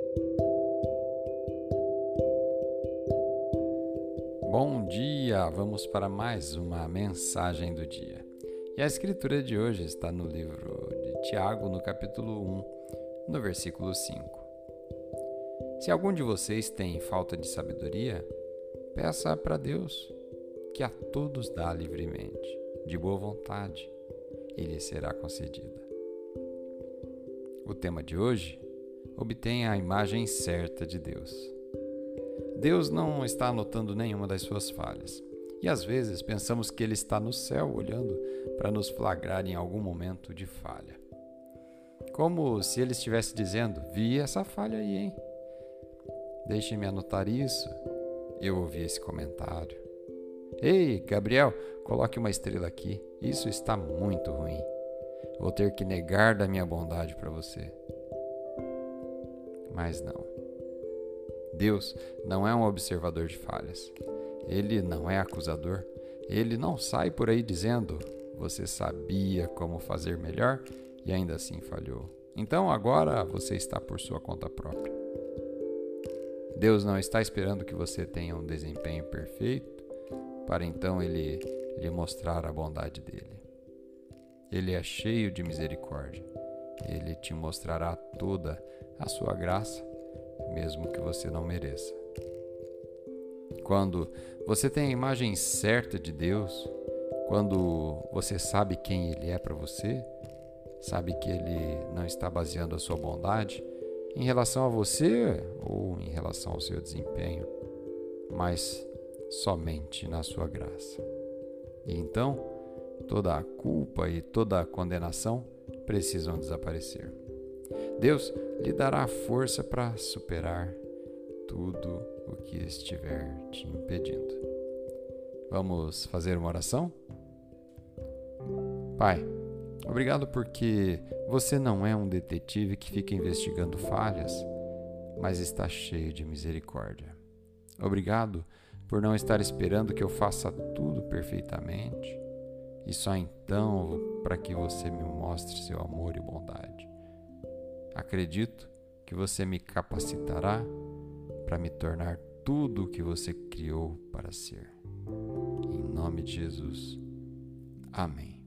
Bom dia! Vamos para mais uma mensagem do dia. E a escritura de hoje está no livro de Tiago, no capítulo 1, no versículo 5. Se algum de vocês tem falta de sabedoria, peça para Deus, que a todos dá livremente, de boa vontade, e lhe será concedida. O tema de hoje: obtenha a imagem certa de Deus. Deus não está anotando nenhuma das suas falhas. E às vezes pensamos que Ele está no céu olhando para nos flagrar em algum momento de falha. Como se Ele estivesse dizendo: vi essa falha aí, hein? Deixe-me anotar isso. Eu ouvi esse comentário. Ei, Gabriel, coloque uma estrela aqui. Isso está muito ruim. Vou ter que negar da minha bondade para você. Mas não. Deus não é um observador de falhas. Ele não é acusador. Ele não sai por aí dizendo: você sabia como fazer melhor e ainda assim falhou. Então agora você está por sua conta própria. Deus não está esperando que você tenha um desempenho perfeito para então Ele mostrar a bondade dele. Ele é cheio de misericórdia. Ele te mostrará toda a sua graça, mesmo que você não mereça. Quando você tem a imagem certa de Deus, quando você sabe quem Ele é para você, sabe que Ele não está baseando a sua bondade em relação a você ou em relação ao seu desempenho, mas somente na sua graça. E então, toda a culpa e toda a condenação precisam desaparecer. Deus lhe dará a força para superar tudo o que estiver te impedindo. Vamos fazer uma oração? Pai, obrigado porque você não é um detetive que fica investigando falhas, mas está cheio de misericórdia. Obrigado por não estar esperando que eu faça tudo perfeitamente e só então para que você me mostre seu amor e bondade. Acredito que você me capacitará para me tornar tudo o que você criou para ser. Em nome de Jesus. Amém.